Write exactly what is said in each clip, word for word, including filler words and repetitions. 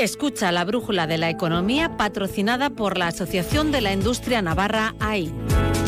Escucha la brújula de la economía patrocinada por la Asociación de la Industria Navarra A I.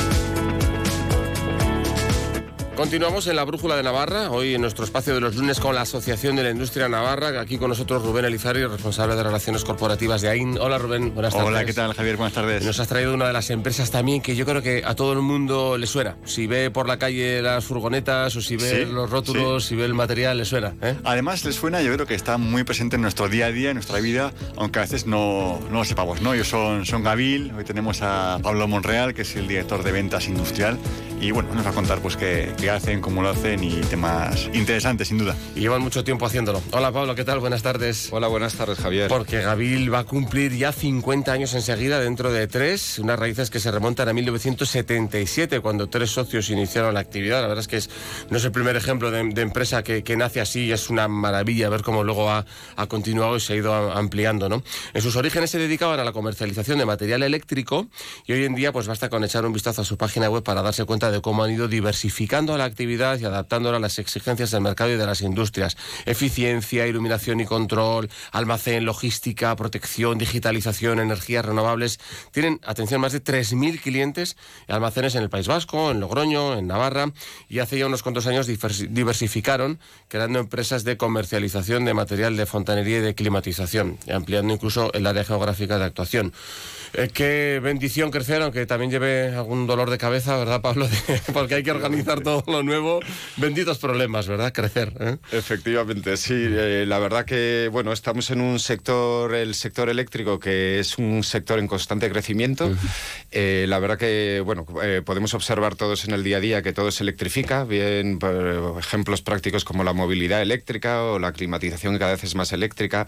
Continuamos en la Brújula de Navarra, hoy en nuestro espacio de los lunes con la Asociación de la Industria Navarra. Aquí con nosotros Rubén Elizari, responsable de Relaciones Corporativas de A I N. Hola Rubén, buenas tardes. Hola, ¿qué tal Javier? Buenas tardes. Nos has traído una de las empresas también que yo creo que a todo el mundo le suena. Si ve por la calle las furgonetas o si ve sí, los rótulos, sí. si ve el material, le suena, ¿eh? Además les suena, yo creo que está muy presente en nuestro día a día, en nuestra vida, aunque a veces no, no lo sepamos, ¿no? Ellos son, son Gavil, hoy tenemos a Pablo Monreal, que es el director de ventas industrial, y bueno, nos va a contar pues qué, qué hacen, cómo lo hacen y temas interesantes, sin duda. Y llevan mucho tiempo haciéndolo. Hola Pablo, ¿qué tal? Buenas tardes. Hola, buenas tardes Javier. Porque Gavil va a cumplir ya cincuenta años enseguida, dentro de tres, unas raíces que se remontan a mil novecientos setenta y siete, cuando tres socios iniciaron la actividad. La verdad es que es, no es el primer ejemplo de, de empresa que, que nace así, y es una maravilla ver cómo luego ha, ha continuado y se ha ido ampliando, ¿no? En sus orígenes se dedicaban a la comercialización de material eléctrico y hoy en día pues basta con echar un vistazo a su página web para darse cuenta de cómo han ido diversificando la actividad y adaptándola a las exigencias del mercado y de las industrias. Eficiencia, iluminación y control, almacén, logística, protección, digitalización, energías renovables. Tienen, atención, más de tres mil clientes y almacenes en el País Vasco, en Logroño, en Navarra, y hace ya unos cuantos años diversificaron, creando empresas de comercialización de material de fontanería y de climatización, y ampliando incluso el área geográfica de actuación. Eh, qué bendición crecer, aunque también lleve algún dolor de cabeza, ¿verdad, Pablo? Porque hay que organizar todo lo nuevo. Benditos problemas, ¿verdad? Crecer, ¿eh? Efectivamente, sí. Eh, la verdad que, bueno, estamos en un sector, el sector eléctrico, que es un sector en constante crecimiento. Uh-huh. Eh, la verdad que, bueno, eh, podemos observar todos en el día a día que todo se electrifica, bien por ejemplos prácticos como la movilidad eléctrica o la climatización, que cada vez es más eléctrica,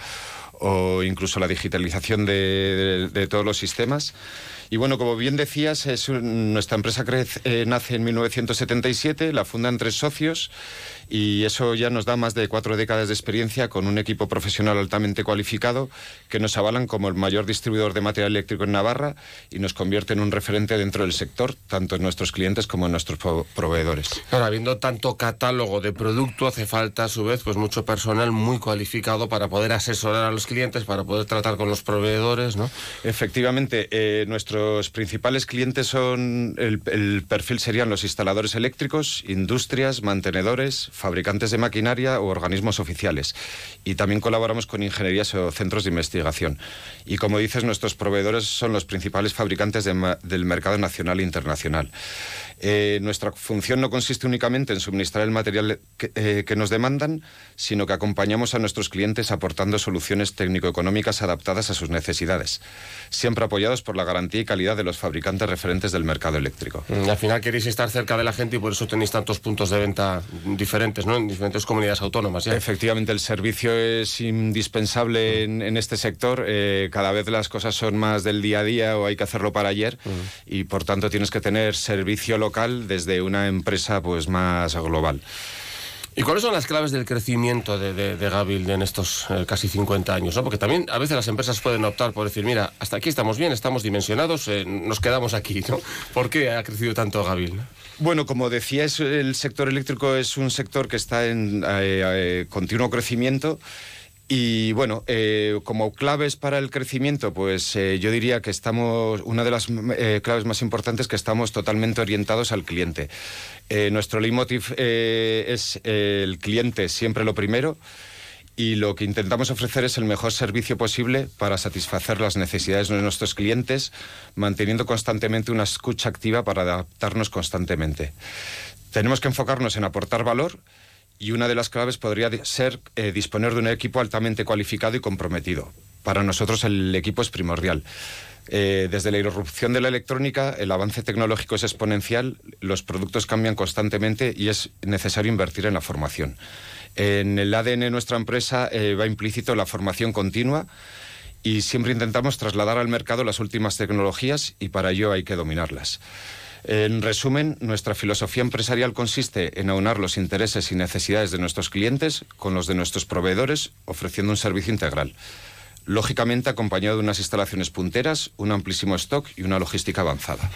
o incluso la digitalización de, de, de todos los sistemas. Y bueno, como bien decías, es un, nuestra empresa crece, eh, nace en mil novecientos setenta y siete, la fundan tres socios, y eso ya nos da más de cuatro décadas de experiencia con un equipo profesional altamente cualificado que nos avalan como el mayor distribuidor de material eléctrico en Navarra y nos convierte en un referente dentro del sector, tanto en nuestros clientes como en nuestros pro- proveedores. Ahora, habiendo tanto catálogo de producto, hace falta a su vez pues mucho personal muy cualificado para poder asesorar a los clientes, para poder tratar con los proveedores, ¿no? Efectivamente, eh, nuestros principales clientes son, el, el perfil serían los instaladores eléctricos, industrias, mantenedores, fabricantes de maquinaria o organismos oficiales. Y también colaboramos con ingenierías o centros de investigación. Y como dices, nuestros proveedores son los principales fabricantes de ma- del mercado nacional e internacional. Eh, nuestra función no consiste únicamente en suministrar el material que, eh, que nos demandan, sino que acompañamos a nuestros clientes aportando soluciones técnico-económicas adaptadas a sus necesidades, siempre apoyados por la garantía y calidad de los fabricantes referentes del mercado eléctrico. Mm, al final queréis estar cerca de la gente y por eso tenéis tantos puntos de venta diferentes, ¿no? En diferentes comunidades autónomas, ¿ya? Efectivamente, el servicio es indispensable en, en este sector. Eh, cada vez las cosas son más del día a día o hay que hacerlo para ayer, mm. y por tanto tienes que tener servicio local desde una empresa pues más global. ¿Y cuáles son las claves del crecimiento de, de, de Gavil en estos eh, casi cincuenta años, ¿no? Porque también a veces las empresas pueden optar por decir, mira, hasta aquí estamos bien, estamos dimensionados, eh, nos quedamos aquí, ¿no? ¿Por qué ha crecido tanto Gavil, ¿no? Bueno, como decía, es, el sector eléctrico es un sector que está en eh, eh, continuo crecimiento. Y bueno, eh, como claves para el crecimiento, pues eh, yo diría que estamos, una de las eh, claves más importantes es que estamos totalmente orientados al cliente. Eh, nuestro leitmotiv eh, es eh, el cliente siempre lo primero, y lo que intentamos ofrecer es el mejor servicio posible para satisfacer las necesidades de nuestros clientes, manteniendo constantemente una escucha activa para adaptarnos constantemente. Tenemos que enfocarnos en aportar valor, y una de las claves podría ser eh, disponer de un equipo altamente cualificado y comprometido. Para nosotros el equipo es primordial. Eh, desde la irrupción de la electrónica, el avance tecnológico es exponencial, los productos cambian constantemente y es necesario invertir en la formación. En el A D N de nuestra empresa eh, va implícito la formación continua, y siempre intentamos trasladar al mercado las últimas tecnologías, y para ello hay que dominarlas. En resumen, nuestra filosofía empresarial consiste en aunar los intereses y necesidades de nuestros clientes con los de nuestros proveedores, ofreciendo un servicio integral. lógicamente acompañado de unas instalaciones punteras, un amplísimo stock y una logística avanzada.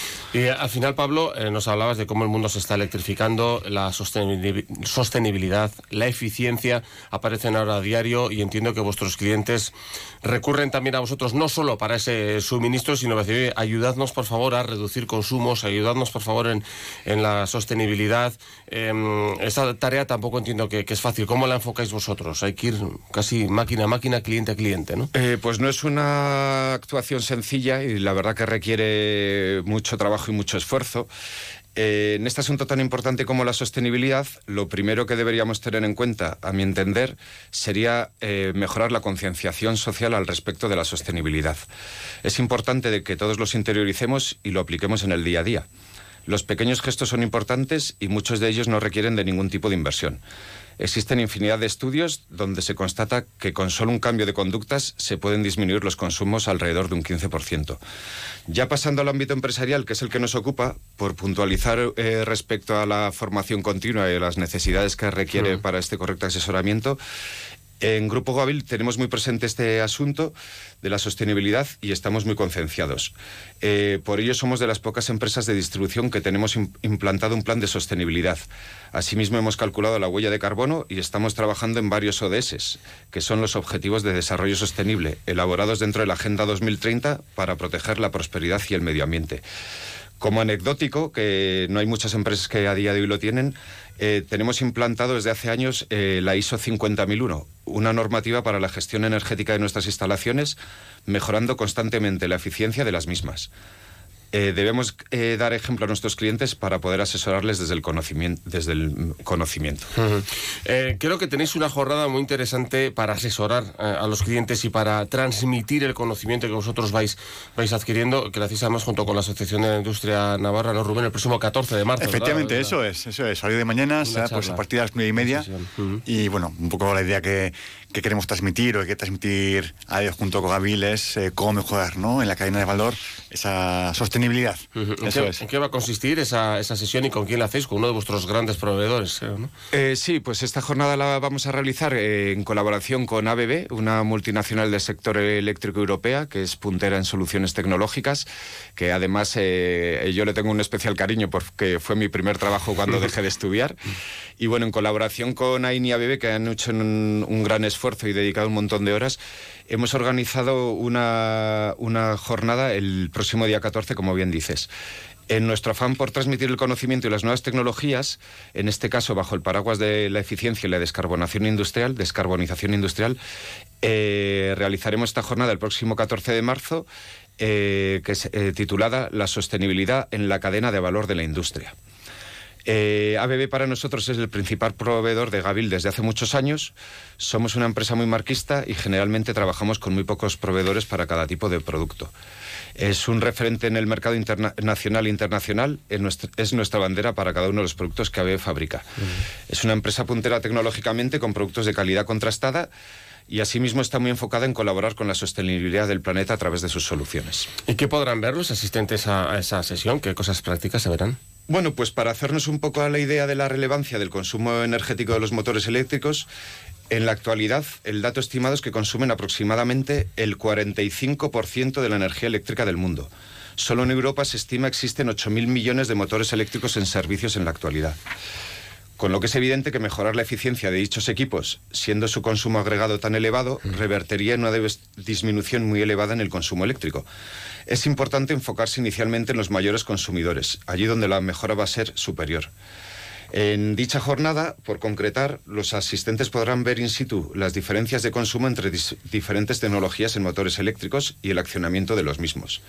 Y al final, Pablo, eh, nos hablabas de cómo el mundo se está electrificando, la sostenibilidad, la eficiencia aparecen ahora a diario, y entiendo que vuestros clientes recurren también a vosotros no solo para ese suministro, sino para decir, ayudadnos por favor a reducir consumos, ayudadnos por favor en, en la sostenibilidad. Eh, esa tarea tampoco entiendo que, que es fácil. ¿Cómo la enfocáis vosotros? Hay que ir casi máquina a máquina, cliente a cliente, ¿no? Eh, pues no es una actuación sencilla y la verdad que requiere mucho trabajo y mucho esfuerzo. Eh, en este asunto tan importante como la sostenibilidad, lo primero que deberíamos tener en cuenta, a mi entender, sería eh, mejorar la concienciación social al respecto de la sostenibilidad. Es importante de que todos los interioricemos y lo apliquemos en el día a día. Los pequeños gestos son importantes y muchos de ellos no requieren de ningún tipo de inversión. Existen infinidad de estudios donde se constata que con solo un cambio de conductas se pueden disminuir los consumos alrededor de un quince por ciento. Ya pasando al ámbito empresarial, que es el que nos ocupa, por puntualizar eh, respecto a la formación continua y a las necesidades que requiere sí. para este correcto asesoramiento, en Grupo Gavil tenemos muy presente este asunto de la sostenibilidad y estamos muy concienciados. Eh, por ello somos de las pocas empresas de distribución que tenemos im- implantado un plan de sostenibilidad. Asimismo hemos calculado la huella de carbono y estamos trabajando en varios O D S, que son los Objetivos de Desarrollo Sostenible, elaborados dentro de la Agenda dos mil treinta para proteger la prosperidad y el medio ambiente. Como anecdótico, que no hay muchas empresas que a día de hoy lo tienen, eh, tenemos implantado desde hace años eh, la I S O cincuenta mil uno, una normativa para la gestión energética de nuestras instalaciones, mejorando constantemente la eficiencia de las mismas. Eh, debemos eh, dar ejemplo a nuestros clientes para poder asesorarles desde el conocimiento. Desde el conocimiento. Uh-huh. eh, creo que tenéis una jornada muy interesante para asesorar eh, a los clientes y para transmitir el conocimiento que vosotros vais, vais adquiriendo, que lo hacéis además junto con la Asociación de la Industria Navarra, ¿no, Rubén? El próximo catorce de marzo. Efectivamente, ¿verdad? eso es, eso es. Salir de mañana, será, pues, a partir de las nueve y media. Sí, sí. Uh-huh. Y bueno, un poco la idea que, que queremos transmitir o que transmitir a ellos junto con Gavil es eh, cómo mejorar, ¿no?, en la cadena de valor esa sostenibilidad. Uh-huh. ¿En, Eso qué, es. ¿En qué va a consistir esa, esa sesión y con quién la hacéis? Con uno de vuestros grandes proveedores, creo, ¿no? Eh, sí, pues esta jornada la vamos a realizar eh, en colaboración con A B B, una multinacional del sector eléctrico europea que es puntera en soluciones tecnológicas, que además eh, yo le tengo un especial cariño porque fue mi primer trabajo cuando dejé de estudiar. Y bueno, en colaboración con A I N y A B B, que han hecho un, un gran esfuerzo y dedicado un montón de horas, hemos organizado una, una jornada el próximo día catorce, como bien dices. En nuestro afán por transmitir el conocimiento y las nuevas tecnologías, en este caso bajo el paraguas de la eficiencia y la descarbonización industrial, descarbonización industrial, eh, realizaremos esta jornada el próximo catorce de marzo, eh, que es eh, titulada La sostenibilidad en la cadena de valor de la industria. Eh, A B B para nosotros es el principal proveedor de Gavil desde hace muchos años. Somos una empresa muy marquista y generalmente trabajamos con muy pocos proveedores para cada tipo de producto. Es un referente en el mercado interna- nacional e internacional, es nuestra, es nuestra bandera para cada uno de los productos que A B B fabrica. Uh-huh. Es una empresa puntera tecnológicamente con productos de calidad contrastada y asimismo está muy enfocada en colaborar con la sostenibilidad del planeta a través de sus soluciones. ¿Y qué podrán ver los asistentes a, a esa sesión? ¿Qué cosas prácticas se verán? Bueno, pues para hacernos un poco a la idea de la relevancia del consumo energético de los motores eléctricos, en la actualidad el dato estimado es que consumen aproximadamente el cuarenta y cinco por ciento de la energía eléctrica del mundo. Solo en Europa se estima existen ocho mil millones de motores eléctricos en servicios en la actualidad. Con lo que es evidente que mejorar la eficiencia de dichos equipos, siendo su consumo agregado tan elevado, revertiría en una disminución muy elevada en el consumo eléctrico. Es importante enfocarse inicialmente en los mayores consumidores, allí donde la mejora va a ser superior. En dicha jornada, por concretar, los asistentes podrán ver in situ las diferencias de consumo entre dis- diferentes tecnologías en motores eléctricos y el accionamiento de los mismos.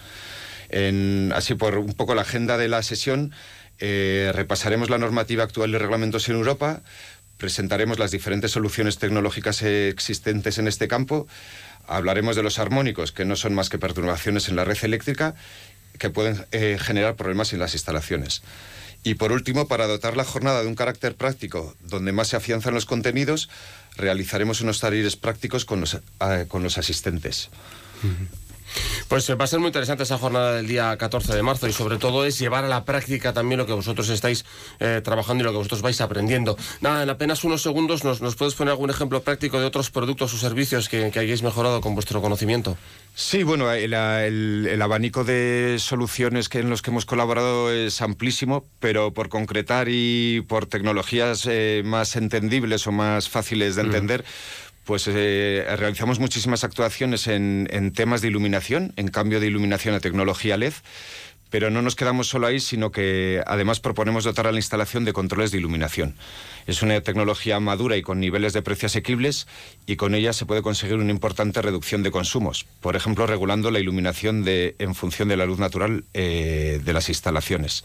En, así, por un poco la agenda de la sesión, eh, repasaremos la normativa actual y reglamentos en Europa, presentaremos las diferentes soluciones tecnológicas existentes en este campo, hablaremos de los armónicos, que no son más que perturbaciones en la red eléctrica que pueden eh, generar problemas en las instalaciones. Y por último, para dotar la jornada de un carácter práctico, donde más se afianzan los contenidos, realizaremos unos talleres prácticos con los, eh, con los asistentes. Pues va a ser muy interesante esa jornada del día catorce de marzo y sobre todo es llevar a la práctica también lo que vosotros estáis eh, trabajando y lo que vosotros vais aprendiendo. Nada, en apenas unos segundos nos, nos puedes poner algún ejemplo práctico de otros productos o servicios que, que hayáis mejorado con vuestro conocimiento. Sí, bueno, el, el, el abanico de soluciones que en los que hemos colaborado es amplísimo, pero por concretar y por tecnologías eh, más entendibles o más fáciles de entender, mm. pues eh, realizamos muchísimas actuaciones en, en temas de iluminación, en cambio de iluminación a tecnología L E D, pero no nos quedamos solo ahí, sino que además proponemos dotar a la instalación de controles de iluminación. Es una tecnología madura y con niveles de precio asequibles, y con ella se puede conseguir una importante reducción de consumos, por ejemplo, regulando la iluminación de, en función de la luz natural eh, de las instalaciones.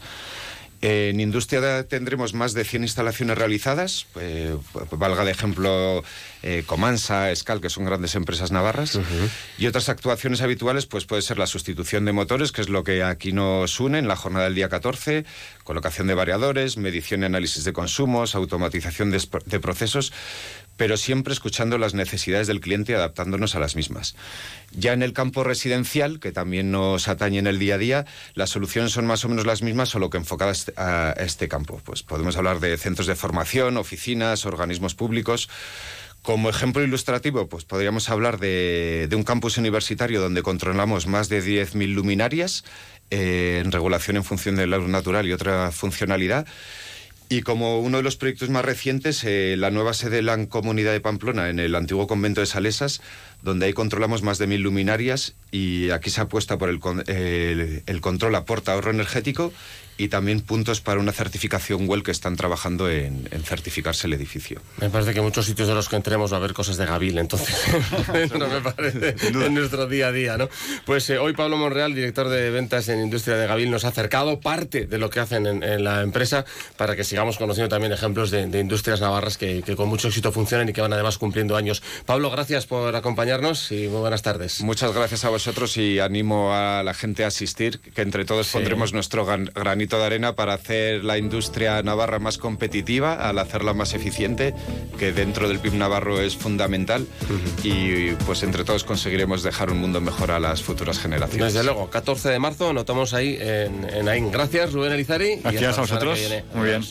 En industria tendremos más de cien instalaciones realizadas, eh, valga de ejemplo eh, Comansa, Escal, que son grandes empresas navarras, uh-huh. y otras actuaciones habituales pues puede ser la sustitución de motores, que es lo que aquí nos une en la jornada del día catorce, colocación de variadores, medición y análisis de consumos, automatización de, de procesos, pero siempre escuchando las necesidades del cliente y adaptándonos a las mismas. Ya en el campo residencial, que también nos atañe en el día a día, las soluciones son más o menos las mismas, solo que enfocadas a este campo. Pues podemos hablar de centros de formación, oficinas, organismos públicos. Como ejemplo ilustrativo, pues podríamos hablar de, de un campus universitario donde controlamos más de diez mil luminarias eh, en regulación en función de la luz natural y otra funcionalidad. Y como uno de los proyectos más recientes, eh, la nueva sede de la Comunidad de Pamplona, en el antiguo convento de Salesas, donde ahí controlamos más de mil luminarias, y aquí se apuesta por el, el, el control aporta ahorro energético y también puntos para una certificación W E L, que están trabajando en, en certificarse el edificio. Me parece que en muchos sitios de los que entremos va a haber cosas de Gavil, entonces no me parece en nuestro día a día, ¿no? Pues eh, hoy Pablo Monreal, director de ventas en industria de Gavil, nos ha acercado parte de lo que hacen en, en la empresa, para que sigamos conociendo también ejemplos de, de industrias navarras que, que con mucho éxito funcionan y que van además cumpliendo años. Pablo, gracias por acompañarnos y muy buenas tardes. Muchas gracias a vosotros, y animo a la gente a asistir, que entre todos sí. pondremos nuestro granito de arena para hacer la industria navarra más competitiva, al hacerla más eficiente, que dentro del P I B navarro es fundamental, uh-huh. y pues entre todos conseguiremos dejar un mundo mejor a las futuras generaciones. Desde luego, catorce de marzo, notamos ahí en, en AIN. Gracias, Rubén Elizari. Gracias a vosotros. Muy bien.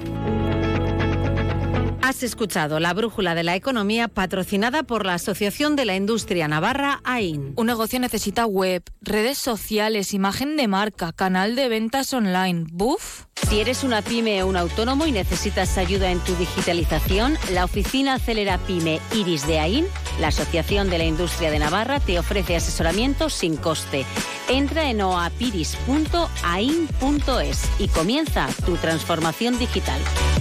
Has escuchado La Brújula de la Economía, patrocinada por la Asociación de la Industria Navarra, AIN. Un negocio necesita web, redes sociales, imagen de marca, canal de ventas online. ¡Buf! Si eres una pyme o un autónomo y necesitas ayuda en tu digitalización, la oficina Acelera Pyme Iris de AIN, la Asociación de la Industria de Navarra, te ofrece asesoramiento sin coste. Entra en oapiris punto ain punto es y comienza tu transformación digital.